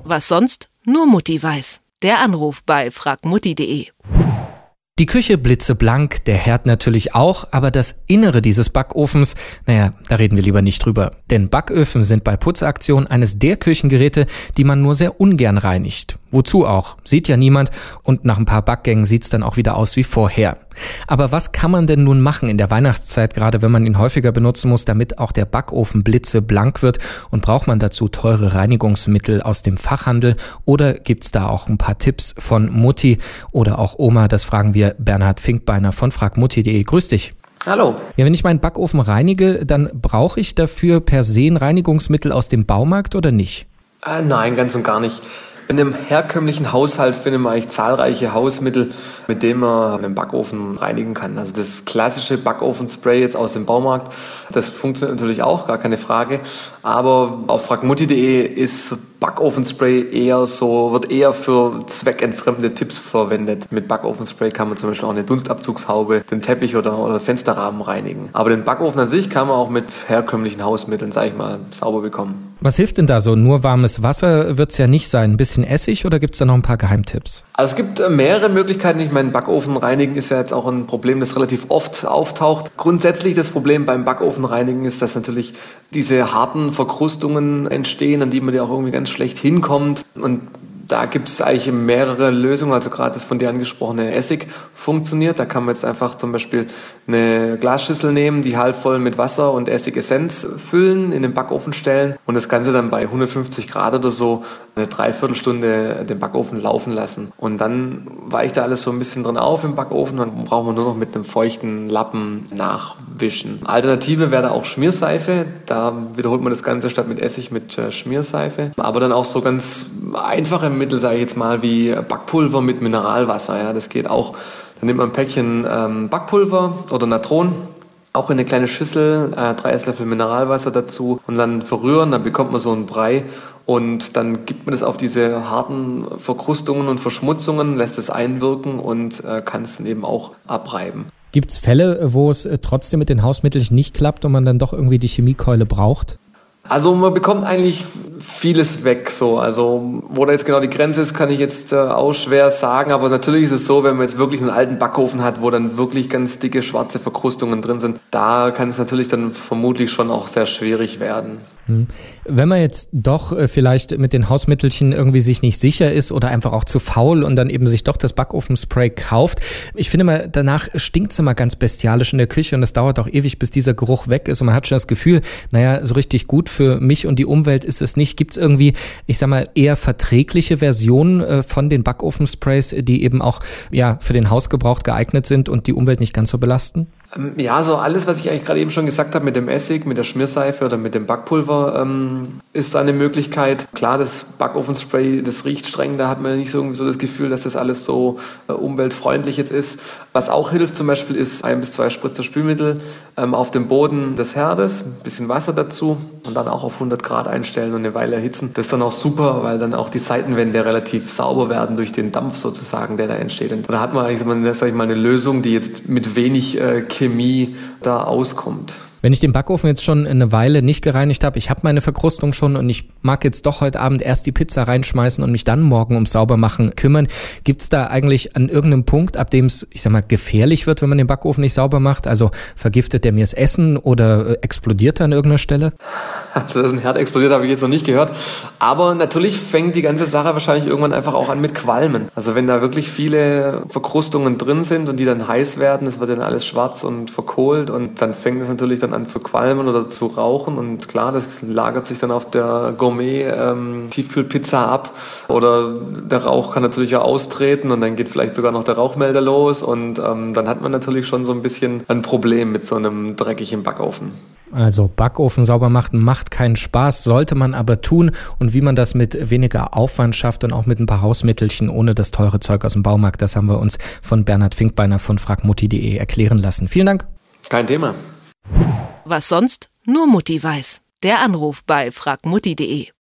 Was sonst nur Mutti weiß. Der Anruf bei fragmutti.de. Die Küche blitzeblank, der Herd natürlich auch, aber das Innere dieses Backofens, da reden wir lieber nicht drüber. Denn Backöfen sind bei Putzaktionen eines der Küchengeräte, die man nur sehr ungern reinigt. Wozu auch? Sieht ja niemand und nach ein paar Backgängen sieht's dann auch wieder aus wie vorher. Aber was kann man denn nun machen in der Weihnachtszeit, gerade wenn man ihn häufiger benutzen muss, damit auch der Backofen blitzeblank wird? Und braucht man dazu teure Reinigungsmittel aus dem Fachhandel? Oder gibt's da auch ein paar Tipps von Mutti oder auch Oma? Das fragen wir Bernhard Finkbeiner von fragmutti.de. Grüß dich. Hallo. Ja, wenn ich meinen Backofen reinige, dann brauche ich dafür per se ein Reinigungsmittel aus dem Baumarkt oder nicht? Nein, ganz und gar nicht. In einem herkömmlichen Haushalt findet man eigentlich zahlreiche Hausmittel, mit denen man einen Backofen reinigen kann. Also das klassische Backofenspray jetzt aus dem Baumarkt, das funktioniert natürlich auch, gar keine Frage. Aber auf fragmutti.de ist Backofenspray wird eher für zweckentfremdete Tipps verwendet. Mit Backofenspray kann man zum Beispiel auch eine Dunstabzugshaube, den Teppich oder Fensterrahmen reinigen. Aber den Backofen an sich kann man auch mit herkömmlichen Hausmitteln, sauber bekommen. Was hilft denn da so? Nur warmes Wasser wird's ja nicht sein. Ein bisschen Essig oder gibt's da noch ein paar Geheimtipps? Also es gibt mehrere Möglichkeiten. Ich meine, Backofen reinigen ist ja jetzt auch ein Problem, das relativ oft auftaucht. Grundsätzlich das Problem beim Backofen reinigen ist, dass natürlich diese harten Verkrustungen entstehen, an die man ja auch irgendwie ganz schlecht hinkommt. Und da gibt es eigentlich mehrere Lösungen, also gerade das von dir angesprochene Essig funktioniert. Da kann man jetzt einfach zum Beispiel eine Glasschüssel nehmen, die halb voll mit Wasser und Essigessenz füllen, in den Backofen stellen und das Ganze dann bei 150 Grad oder so eine Dreiviertelstunde den Backofen laufen lassen. Und dann weicht da alles so ein bisschen drin auf im Backofen, dann braucht man nur noch mit einem feuchten Lappen nachwischen. Alternative wäre da auch Schmierseife, da wiederholt man das Ganze statt mit Essig mit Schmierseife. Aber dann auch so ganz einfache Mittel, sage ich jetzt mal, wie Backpulver mit Mineralwasser. Ja, das geht auch. Dann nimmt man ein Päckchen Backpulver oder Natron, auch in eine kleine Schüssel, 3 Esslöffel Mineralwasser dazu und dann verrühren, dann bekommt man so einen Brei und dann gibt man das auf diese harten Verkrustungen und Verschmutzungen, lässt es einwirken und kann es dann eben auch abreiben. Gibt's Fälle, wo es trotzdem mit den Hausmitteln nicht klappt und man dann doch irgendwie die Chemiekeule braucht? Also man bekommt eigentlich vieles weg, so. Also wo da jetzt genau die Grenze ist, kann ich jetzt auch schwer sagen, aber natürlich ist es so, wenn man jetzt wirklich einen alten Backofen hat, wo dann wirklich ganz dicke schwarze Verkrustungen drin sind, da kann es natürlich dann vermutlich schon auch sehr schwierig werden. Wenn man jetzt doch vielleicht mit den Hausmittelchen irgendwie sich nicht sicher ist oder einfach auch zu faul und dann eben sich doch das Backofenspray kauft, ich finde mal, danach stinkt es immer ganz bestialisch in der Küche und es dauert auch ewig, bis dieser Geruch weg ist und man hat schon das Gefühl, so richtig gut für mich und die Umwelt ist es nicht. Gibt es irgendwie, ich sag mal, eher verträgliche Versionen von den Backofensprays, die eben auch für den Hausgebrauch geeignet sind und die Umwelt nicht ganz so belasten? Ja, so alles, was ich eigentlich gerade eben schon gesagt habe mit dem Essig, mit der Schmierseife oder mit dem Backpulver, ist da eine Möglichkeit. Klar, das Backofenspray, das riecht streng, da hat man nicht so das Gefühl, dass das alles so umweltfreundlich jetzt ist. Was auch hilft zum Beispiel ist 1 bis 2 Spritzer Spülmittel auf dem Boden des Herdes, ein bisschen Wasser dazu und dann auch auf 100 Grad einstellen und eine Weile erhitzen. Das ist dann auch super, weil dann auch die Seitenwände relativ sauber werden durch den Dampf sozusagen, der da entsteht. Und da hat man eigentlich eine Lösung, die jetzt mit wenig Chemie da auskommt. Wenn ich den Backofen jetzt schon eine Weile nicht gereinigt habe, ich habe meine Verkrustung schon und ich mag jetzt doch heute Abend erst die Pizza reinschmeißen und mich dann morgen ums Saubermachen kümmern, gibt's da eigentlich an irgendeinem Punkt, ab dem es, gefährlich wird, wenn man den Backofen nicht sauber macht? Also vergiftet der mir das Essen oder explodiert er an irgendeiner Stelle? Also, dass ein Herd explodiert, habe ich jetzt noch nicht gehört. Aber natürlich fängt die ganze Sache wahrscheinlich irgendwann einfach auch an mit Qualmen. Also wenn da wirklich viele Verkrustungen drin sind und die dann heiß werden, es wird dann alles schwarz und verkohlt und dann fängt es natürlich dann an zu qualmen oder zu rauchen und klar, das lagert sich dann auf der Gourmet-Tiefkühlpizza ab oder der Rauch kann natürlich auch austreten und dann geht vielleicht sogar noch der Rauchmelder los und dann hat man natürlich schon so ein bisschen ein Problem mit so einem dreckigen Backofen. Also Backofen sauber machen macht keinen Spaß, sollte man aber tun und wie man das mit weniger Aufwand schafft und auch mit ein paar Hausmittelchen ohne das teure Zeug aus dem Baumarkt, das haben wir uns von Bernhard Finkbeiner von fragmutti.de erklären lassen. Vielen Dank. Kein Thema. Was sonst nur Mutti weiß. Der Anruf bei fragmutti.de.